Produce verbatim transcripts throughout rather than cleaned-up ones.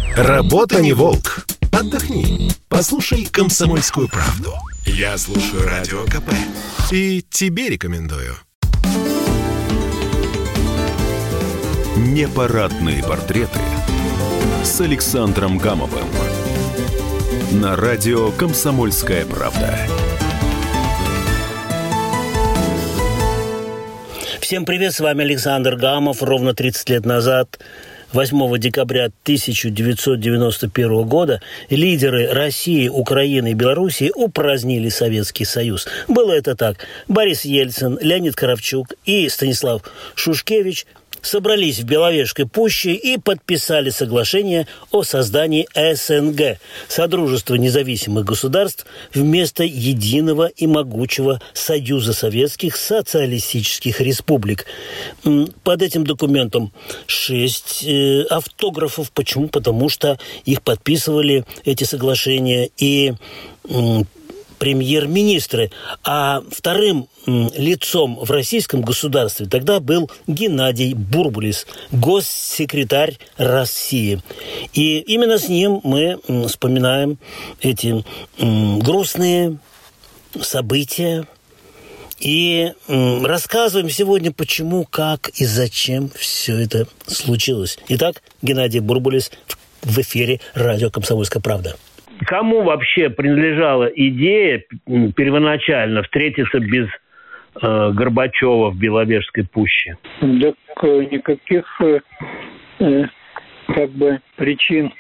Работа не волк. Отдохни. Послушай «Комсомольскую правду». Я слушаю Радио КП. И тебе рекомендую. Непарадные портреты с Александром Гамовым на радио «Комсомольская правда». Всем привет, с вами Александр Гамов. Ровно тридцать лет назад, восьмого декабря тысяча девятьсот девяносто первого года, лидеры России, Украины и Белоруссии упразднили Советский Союз. Было это так. Борис Ельцин, Леонид Кравчук и Станислав Шушкевич собрались в Беловежской пуще и подписали соглашение о создании СНГ – Содружества независимых государств вместо единого и могучего Союза Советских Социалистических Республик. Под этим документом шесть э, автографов. Почему? Потому что их подписывали, эти соглашения, и э, премьер-министры. А вторым лицом в российском государстве тогда был Геннадий Бурбулис, госсекретарь России. И именно с ним мы вспоминаем эти грустные события и рассказываем сегодня, почему, как и зачем все это случилось. Итак, Геннадий Бурбулис в эфире радио «Комсомольская правда». Кому вообще принадлежала идея первоначально встретиться без э, Горбачева в Беловежской пуще? Так никаких э, как бы причин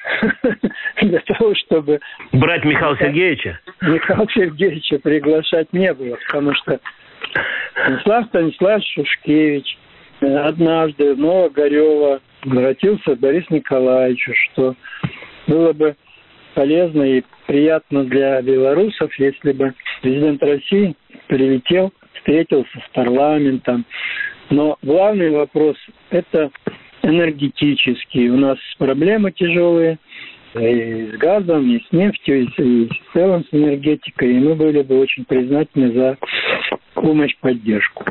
для того, чтобы брать Михаила Сергеевича? Михаила Сергеевича приглашать не было, потому что Станислав Станиславович Шушкевич однажды в Новогорево обратился к Борису Николаевичу, что было бы полезно и приятно для белорусов, если бы президент России прилетел, встретился с парламентом. Но главный вопрос – это энергетический. У нас проблемы тяжелые и с газом, и с нефтью, и в целом с энергетикой. И мы были бы очень признательны за помощь, поддержку.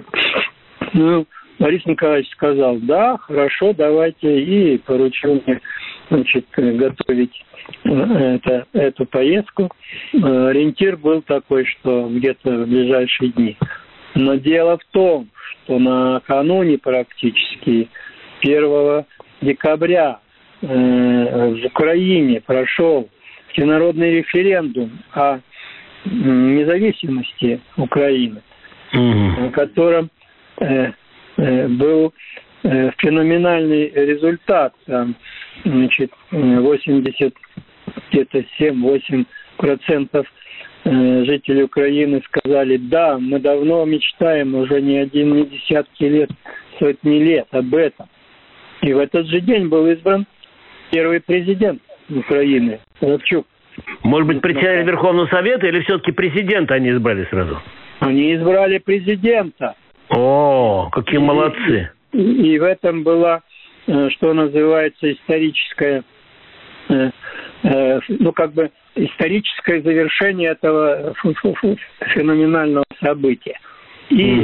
Ну, Борис Николаевич сказал: да, хорошо, давайте, и поручил мне, значит, готовить это, эту поездку. Ориентир был такой, что где-то в ближайшие дни. Но дело в том, что накануне практически первого декабря э, в Украине прошел всенародный референдум о независимости Украины, mm-hmm. в котором э, э, был э, феноменальный результат. Там, значит, восемьдесят где-то семь-восемь процентов жителей Украины сказали: да, мы давно мечтаем, уже не один, не десятки лет, сотни лет об этом. И в этот же день был избран первый президент Украины, Кравчук. Может быть, председатель Верховного Совета или все-таки президента они избрали сразу? Они избрали президента. О, какие и, молодцы. И, и в этом была, что называется, историческая, э, э, ну, как бы, историческое завершение этого феноменального события. И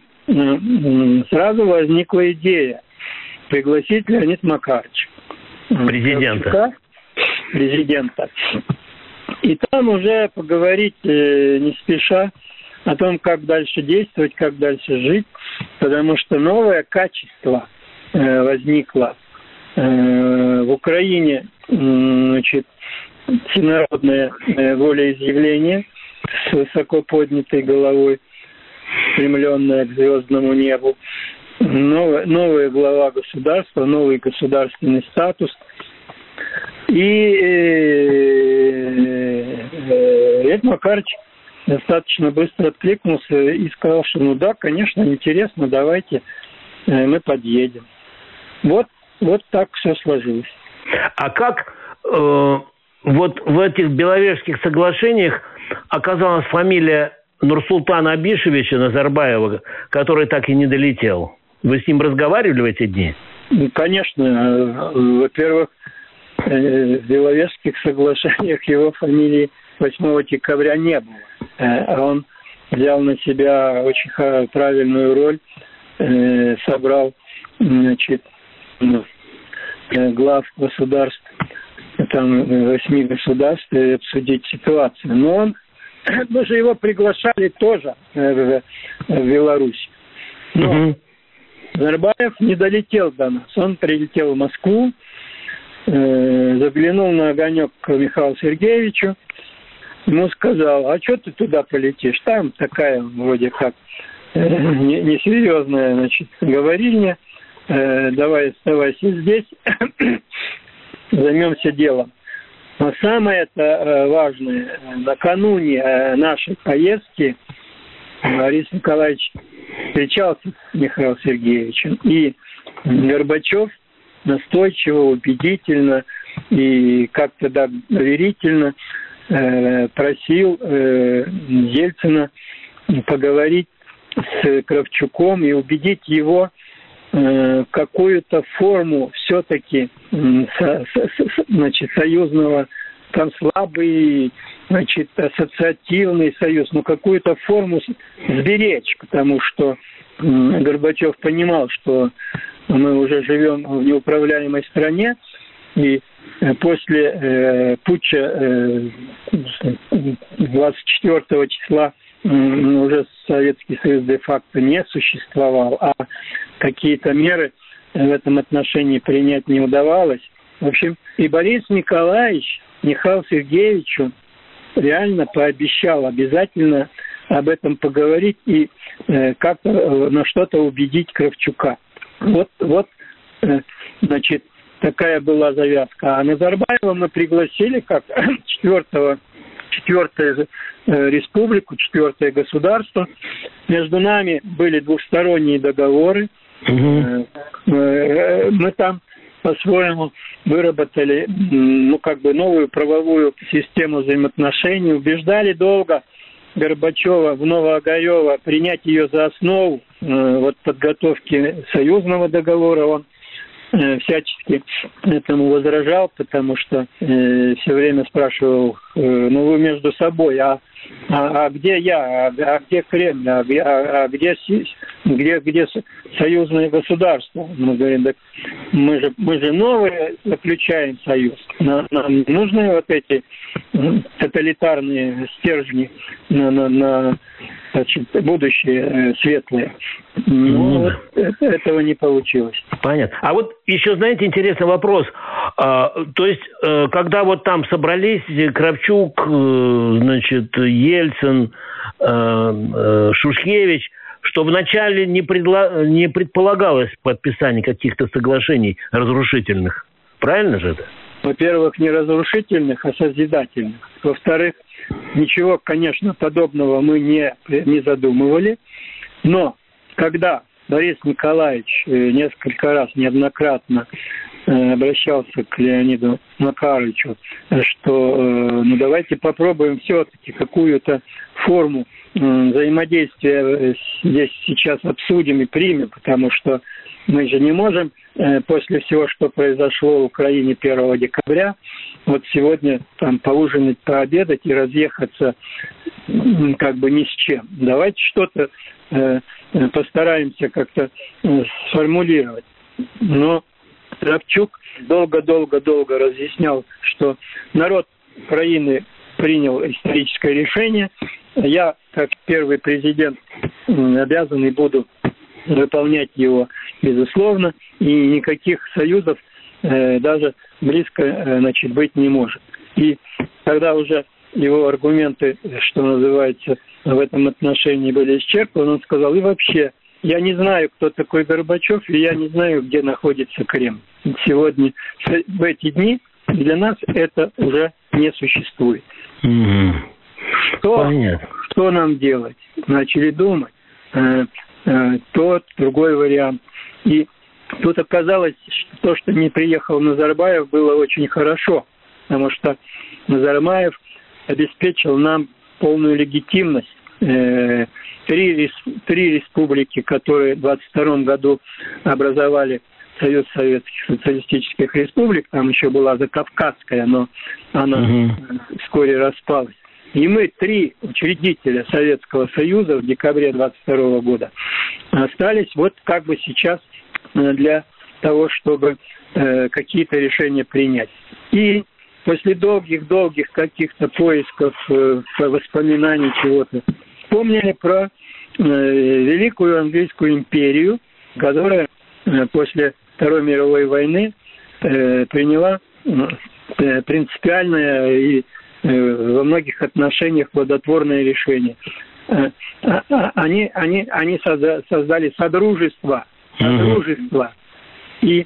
mm-hmm. сразу возникла идея пригласить Леонида Макаровича. Президента. Президента. И там уже поговорить э, не спеша о том, как дальше действовать, как дальше жить, потому что новое качество э, возникло э, в Украине, э, значит, всенародное э, волеизъявление с высоко поднятой головой, стремленное к звездному небу, новая, новая глава государства, новый государственный статус. И Леонид Макарович достаточно быстро откликнулся и сказал, что ну да, конечно, интересно, давайте э, мы подъедем. Вот, вот так все сложилось. А как э, вот в этих Беловежских соглашениях оказалась фамилия Нурсултана Абишевича Назарбаева, который так и не долетел? Вы с ним разговаривали в эти дни? Конечно. Во-первых, в Беловежских соглашениях его фамилии восьмого декабря не было. Он взял на себя очень правильную роль, собрал, значит, глав государств там восьми государств и обсудить ситуацию. Но он, мы же его приглашали тоже в, в Беларусь. Но угу. Назарбаев не долетел до нас. Он прилетел в Москву, э, заглянул на огонек к Михаилу Сергеевичу. Ему сказал: а что ты туда полетишь? Там такая вроде как э, несерьезная, значит, говорильня. Э, давай оставайся здесь, займемся делом. Но самое это э, важное, накануне э, нашей поездки Борис Николаевич встречался с Михаилом Сергеевичем, и Горбачев настойчиво, убедительно и как-то доверительно э, просил э, Ельцина поговорить с Кравчуком и убедить его э, какую-то форму все-таки э, со, со, значит, союзного, там слабый, значит, ассоциативный союз, но какую-то форму сберечь, потому что э, Горбачев понимал, что мы уже живем в неуправляемой стране, и э, после э, путча э, двадцать четвёртого числа э, уже Советский Союз де-факто не существовал, а какие-то меры в этом отношении принять не удавалось. В общем, и Борис Николаевич Михаилу Сергеевичу реально пообещал обязательно об этом поговорить и э, как-то э, на что-то убедить Кравчука. Вот, вот э, значит, такая была завязка. А Назарбаева мы пригласили как четвертого, четвертую э, республику, четвертое государство. Между нами были двухсторонние договоры. Угу. Э, э, мы там по-своему выработали, ну, как бы новую правовую систему взаимоотношений, убеждали долго Горбачева в Новоогарева принять ее за основу э, вот подготовки союзного договора. Он э, всячески этому возражал, потому что э, все время спрашивал: э, ну вы между собой, а, а, а где я, а, а где Кремль, а, а, а где, где, где союзное государство? Мы говорим: так мы же, мы же новые заключаем союз. Нам, нам нужны вот эти тоталитарные стержни на, на, на значит, будущее э, светлое. Но вот это, этого не получилось. Понятно. А вот еще, знаете, интересный вопрос. А, то есть, э, когда вот там собрались Кравчук, э, значит, Ельцин, э, э, Шушкевич, что вначале не, предла... не предполагалось подписание каких-то соглашений разрушительных. Правильно же это? Во-первых, не разрушительных, а созидательных. Во-вторых, ничего, конечно, подобного мы не, не задумывали. Но когда Борис Николаевич несколько раз, неоднократно обращался к Леониду Макаровичу, что ну давайте попробуем все-таки какую-то форму взаимодействия здесь сейчас обсудим и примем, потому что мы же не можем после всего, что произошло в Украине первого декабря, вот сегодня там поужинать, пообедать и разъехаться как бы ни с чем. Давайте что-то э, постараемся как-то э, сформулировать. Но Кравчук долго-долго-долго разъяснял, что народ Украины принял историческое решение. Я, как первый президент, обязан и буду выполнять его, безусловно, и никаких союзов э, даже близко э, значит, быть не может. И когда уже его аргументы, что называется, в этом отношении были исчерпаны, он сказал: и вообще, я не знаю, кто такой Горбачев, и я не знаю, где находится Кремль. Сегодня, в эти дни, для нас это уже не существует. Mm-hmm. Что, что нам делать? Начали думать. Э, э, тот, другой вариант. И тут оказалось, что то, что не приехал Назарбаев, было очень хорошо, потому что Назарбаев обеспечил нам полную легитимность. Э, три, три республики, которые в двадцать втором году образовали Союз Советских Социалистических Республик, там еще была Закавказская, но она угу. вскоре распалась. И мы, три учредителя Советского Союза в декабре двадцать второго года, остались вот как бы сейчас для того, чтобы э, какие-то решения принять. И после долгих-долгих каких-то поисков, воспоминаний чего-то, вспомнили про Великую Английскую империю, которая после Второй мировой войны приняла принципиальное и во многих отношениях плодотворное решение. Они, они, они создали содружество, содружество. И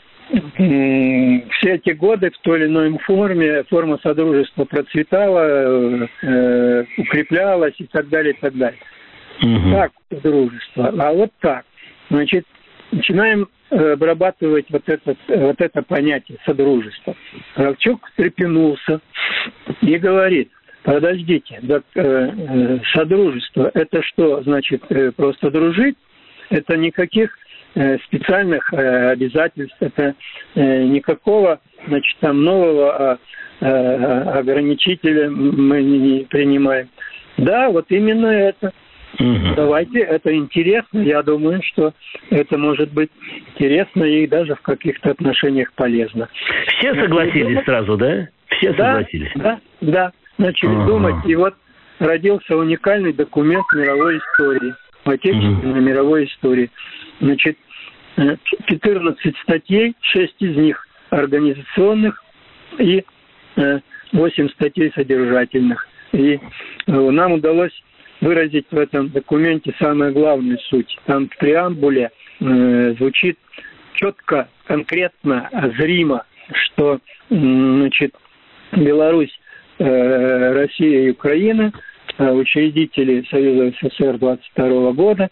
все эти годы в той или иной форме форма содружества процветала, э, укреплялась и так далее, и так далее. Угу. Так, содружество. А вот так. Значит, начинаем обрабатывать вот это, вот это понятие содружества. Кравчук встрепенулся и говорит: подождите, так, э, содружество, это что, значит, э, просто дружить? Это никаких э, специальных э, обязательств, это э, никакого, значит, там нового э, ограничителя мы не принимаем. Да, вот именно это. Угу. Давайте, это интересно. Я думаю, что это может быть интересно и даже в каких-то отношениях полезно. Все согласились думать... сразу, да? Все да, согласились? Да, да. Начали ага. думать, и вот родился уникальный документ мировой истории, отечественной угу. мировой истории. Значит, четырнадцать статей, шесть из них организационных и восемь статей содержательных. И нам удалось выразить в этом документе самую главную суть. Там в преамбуле э, звучит четко, конкретно, зримо, что значит, Беларусь, э, Россия и Украина, э, учредители Союза СССР двадцать второго года,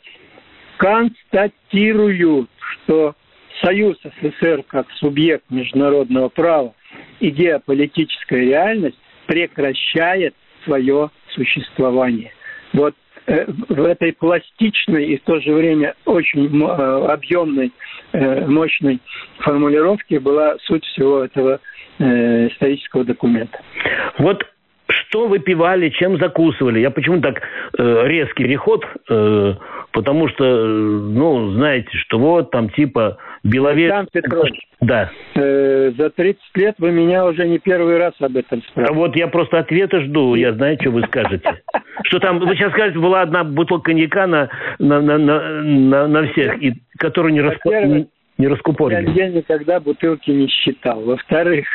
констатируют, что Союз СССР как субъект международного права и геополитическая реальность прекращает свое существование. Вот э, в этой пластичной и в то же время очень э, объемной, э, мощной формулировке была суть всего этого э, исторического документа. Вот что вы пивали, чем закусывали? Я почему так э, резкий переход? Э, потому что, э, ну, знаете, что вот там типа Беловец... Александр Петрович, да. э, за тридцать лет вы меня уже не первый раз об этом спрашиваете. А вот я просто ответа жду, я знаю, что вы скажете. Что там, вы сейчас скажете, была одна бутылка коньяка на, на, на, на, на всех, и, которую не, расп... не, не раскупорили. Я никогда бутылки не считал. Во-вторых,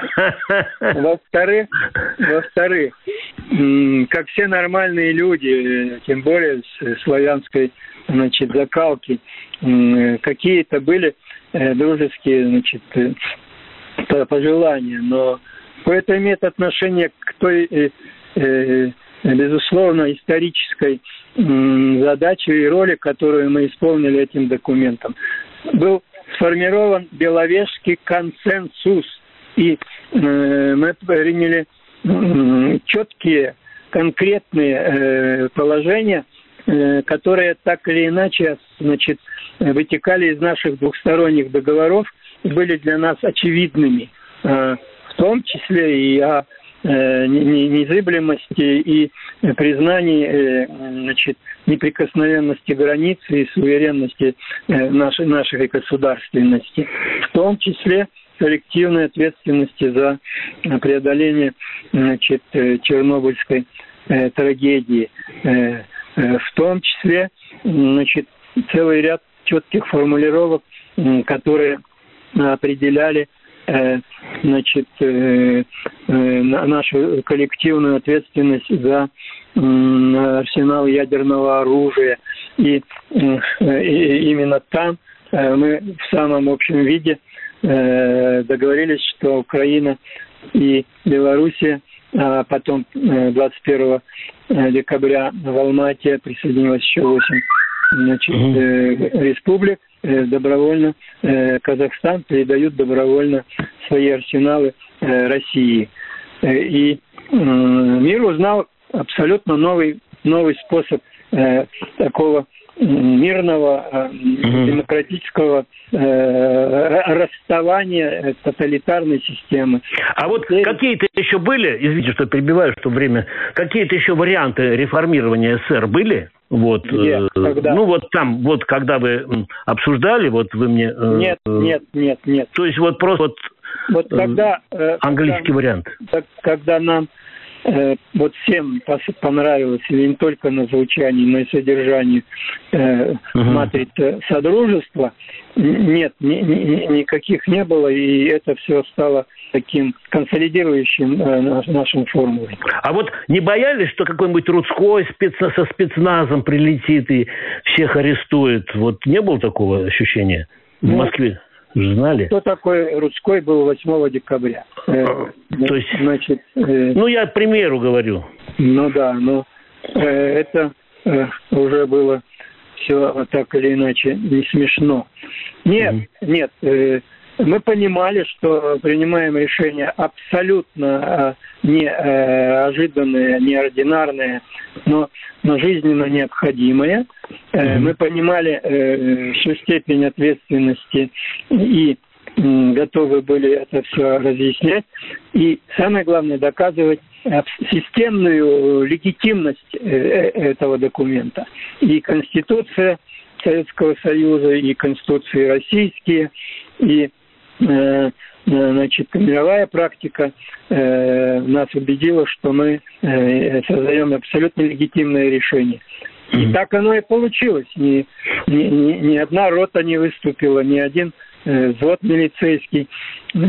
во-вторых, во-вторых, как все нормальные люди, тем более с славянской, значит, закалки, какие-то были дружеские, значит, пожелания, но это имеет отношение к той, безусловно, исторической задаче и роли, которую мы исполнили этим документом. Был сформирован Беловежский консенсус, и э, мы приняли э, четкие, конкретные э, положения, э, которые так или иначе, значит, вытекали из наших двухсторонних договоров и были для нас очевидными, э, в том числе и о незыблемости и признании, значит, неприкосновенности границ и суверенности нашей, нашей государственности, в том числе коллективной ответственности за преодоление, значит, Чернобыльской трагедии, в том числе, значит, целый ряд четких формулировок, которые определяли, значит, нашу коллективную ответственность за арсенал ядерного оружия. И именно там мы в самом общем виде договорились, что Украина и Белоруссия, а потом двадцать первого декабря в Алмате присоединилось еще восемь, значит, республик, добровольно Казахстан передают добровольно свои арсеналы России. И мир узнал абсолютно новый, новый способ такого мирного, демократического расставания тоталитарной системы. А вот Теперь... какие-то еще были, извините, что перебиваю, что время, какие-то еще варианты реформирования СССР были? Вот, нет, э, ну вот там, вот когда вы обсуждали, вот вы мне... Э, нет, нет, нет, нет. То есть вот просто вот вот когда, э, английский когда, вариант. Когда нам э, вот всем понравилось, или не только на звучании, но и содержании э, угу. матрицы Содружества, нет, ни, ни, никаких не было, и это все стало таким консолидирующим э, нашим формулой. А вот не боялись, что какой-нибудь Рудской спецназ, со спецназом прилетит и всех арестует? Вот не было такого ощущения в ну, Москве? Знали? Кто такой Рудской был восьмого декабря? Э, То есть, значит, э, ну, я к примеру говорю. Ну да, но э, это э, уже было все так или иначе не смешно. Нет, mm-hmm. нет, э, мы понимали, что принимаем решение абсолютно э, неожиданное, неординарное, но, но жизненно необходимое. Э, mm-hmm. Мы понимали э, всю степень ответственности и э, готовы были это все разъяснять. И самое главное, доказывать системную легитимность этого документа. И Конституция Советского Союза, и Конституции российские, и э, значит, мировая практика э, нас убедила, что мы э, создаем абсолютно легитимное решение. И так оно и получилось. Ни, ни, ни, ни одна рота не выступила, ни один э, взвод милицейский, э,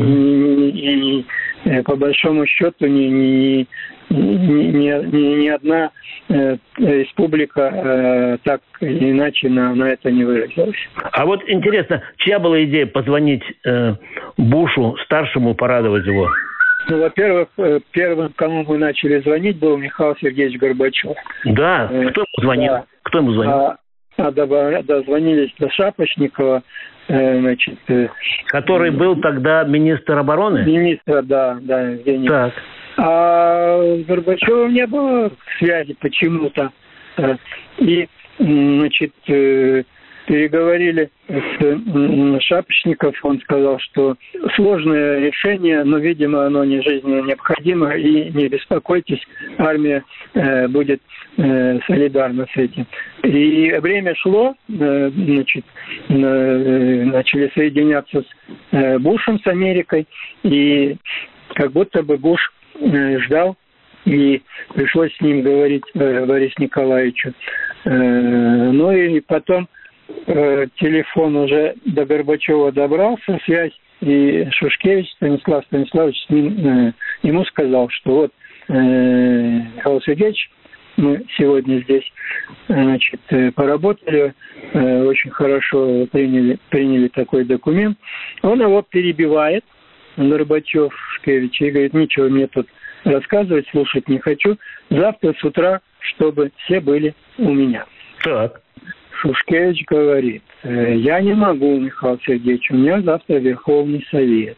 и э, по большому счету ни, ни, ни, ни, ни, ни одна э, республика э, так или иначе на, на это не выразилась. А вот интересно, чья была идея позвонить э, Бушу, старшему, порадовать его? Ну, во-первых, первым, кому мы начали звонить, был Михаил Сергеевич Горбачев. Да? Кто ему звонил? Да. Кто ему звонил? А, а дозвонились до Шапошникова, э, значит... Э, Который э, был тогда министр обороны? Министра, да, да, Евгений. Так. А с Горбачевым не было связи почему-то. И, значит... Э, переговорили с Шапошников, он сказал, что сложное решение, но, видимо, оно не жизненно необходимо, и не беспокойтесь, армия э, будет э, солидарна с этим. И время шло, э, значит, э, начали соединяться с э, Бушем, с Америкой, и как будто бы Буш э, ждал, и пришлось с ним говорить э, Борису Николаевичу. Э, ну и потом телефон уже до Горбачева добрался, связь, и Шушкевич Станислав Станиславович с ним, э, ему сказал, что вот э, Михаил Сергеевич, мы сегодня здесь значит, поработали, э, очень хорошо приняли, приняли такой документ. Он его перебивает, Горбачев, Шушкевич, и говорит, ничего мне тут рассказывать, слушать не хочу, завтра с утра, чтобы все были у меня. Так. Шушкевич говорит, я не могу, Михаил Сергеевич, у меня завтра Верховный Совет.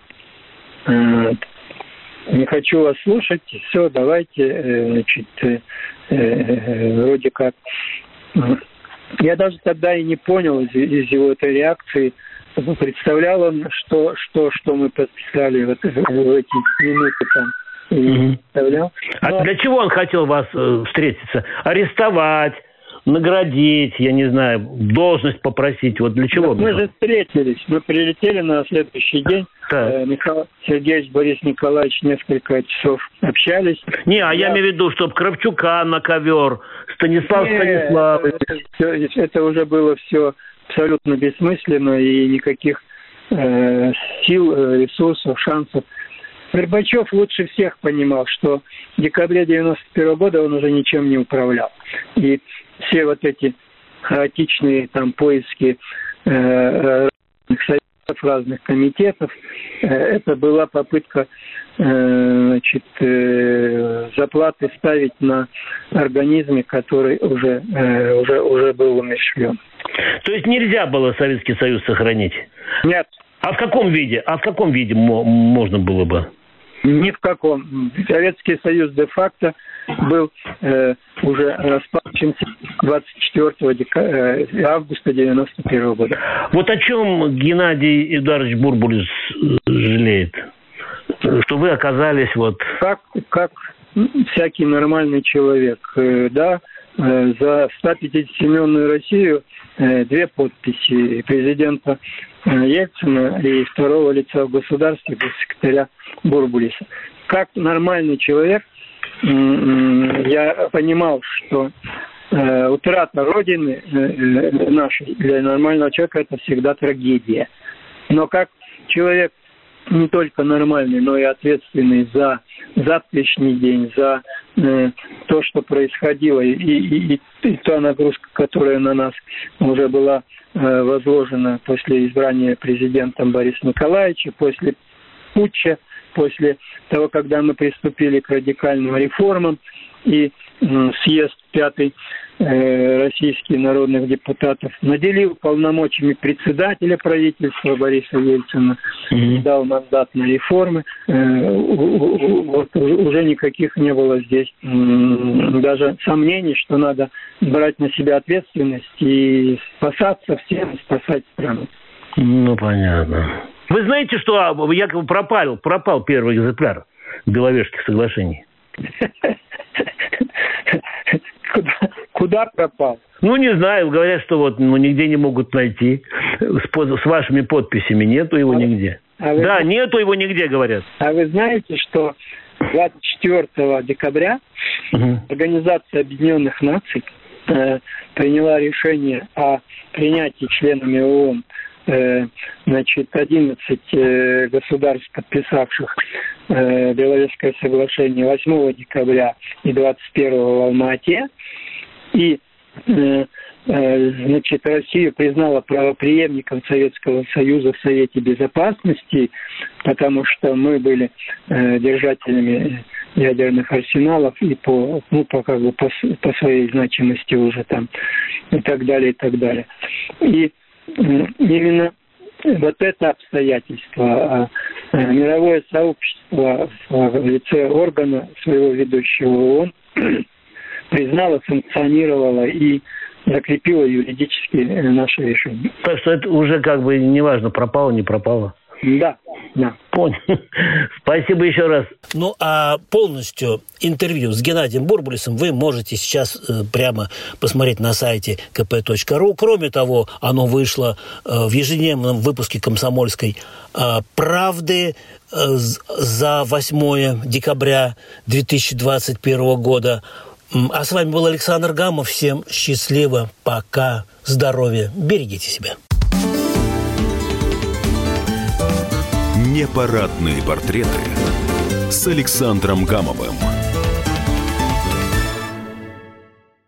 Не хочу вас слушать, все, давайте, значит, вроде как. Я даже тогда и не понял из, из его этой реакции, представлял он, что, что, что мы подписали вот в эти минуты там. Mm-hmm. Но... А для чего он хотел вас э, встретиться? Арестовать? Наградить, я не знаю, должность попросить. Вот для чего? Мы же встретились. Мы прилетели на следующий день. Да. Михаил Сергеевич, Борис Николаевич несколько часов общались. Не, а я, я имею в виду, чтобы Кравчука на ковер, Станислав не, Станиславович. Это, это, это уже было все абсолютно бессмысленно, и никаких э, сил, ресурсов, шансов. Горбачев лучше всех понимал, что в декабре девяносто первого года он уже ничем не управлял. И все вот эти хаотичные там поиски э, разных советов, разных комитетов, э, это была попытка э, значит, э, заплаты ставить на организме, который уже, э, уже, уже был умерщвлен. То есть нельзя было Советский Союз сохранить? Нет. А в каком виде? А в каком виде можно было бы? Ни в каком. Советский Союз де-факто был э, уже распавшимся двадцать четвёртого августа девяносто первого года. Вот о чем Геннадий Эдуардович Бурбулис жалеет? Что вы оказались вот... Как, как всякий нормальный человек. Э, да, э, за сто пятидесятисемённую Россию э, две подписи президента Ельцина и второго лица в государстве, секретаря Бурбулиса. Как нормальный человек, я понимал, что утрата Родины нашей для нормального человека – это всегда трагедия. Но как человек не только нормальный, но и ответственный за завтрашний день, за э, то, что происходило, и, и, и, и та нагрузка, которая на нас уже была э, возложена после избрания президентом Бориса Николаевича, после путча, после того, когда мы приступили к радикальным реформам, и э, съезд пятый э, российских народных депутатов наделил полномочиями председателя правительства Бориса Ельцина, mm-hmm. дал мандат на реформы. Э, вот уже никаких не было здесь э, даже сомнений, что надо брать на себя ответственность и спасаться всем, спасать страну. Ну, понятно. Вы знаете, что якобы пропал, пропал первый экземпляр Беловежских соглашений? Куда, куда пропал? Ну, не знаю. Говорят, что вот ну, нигде не могут найти. С, с вашими подписями нету его а нигде. А вы... Да, нету его нигде, говорят. А вы знаете, что двадцать четвёртого декабря угу. Организация Объединенных Наций э, приняла решение о принятии членами ООН э, значит, одиннадцать э, государств, подписавших э, Беловежское соглашение восьмого декабря и двадцать первого в Алма-Ате. И э, э, значит, Россию признала правопреемником Советского Союза в Совете Безопасности, потому что мы были э, держателями ядерных арсеналов и по, ну, по, как бы, по, по своей значимости уже там и так далее, и так далее. И э, именно вот это обстоятельство э, мировое сообщество в лице органа своего ведущего ООН признала, санкционировала и закрепила юридически наше решение. Так что это уже как бы не важно, пропало, не пропало. Да, да. Понял. Спасибо еще раз. Ну, а полностью интервью с Геннадием Бурбулисом вы можете сейчас э, прямо посмотреть на сайте ка пэ точка ру. Кроме того, оно вышло э, в ежедневном выпуске «Комсомольской э, правды» э, за восьмое декабря две тысячи двадцать первого года. А с вами был Александр Гамов. Всем счастливо, пока, здоровья, берегите себя. Непарадные портреты с Александром Гамовым.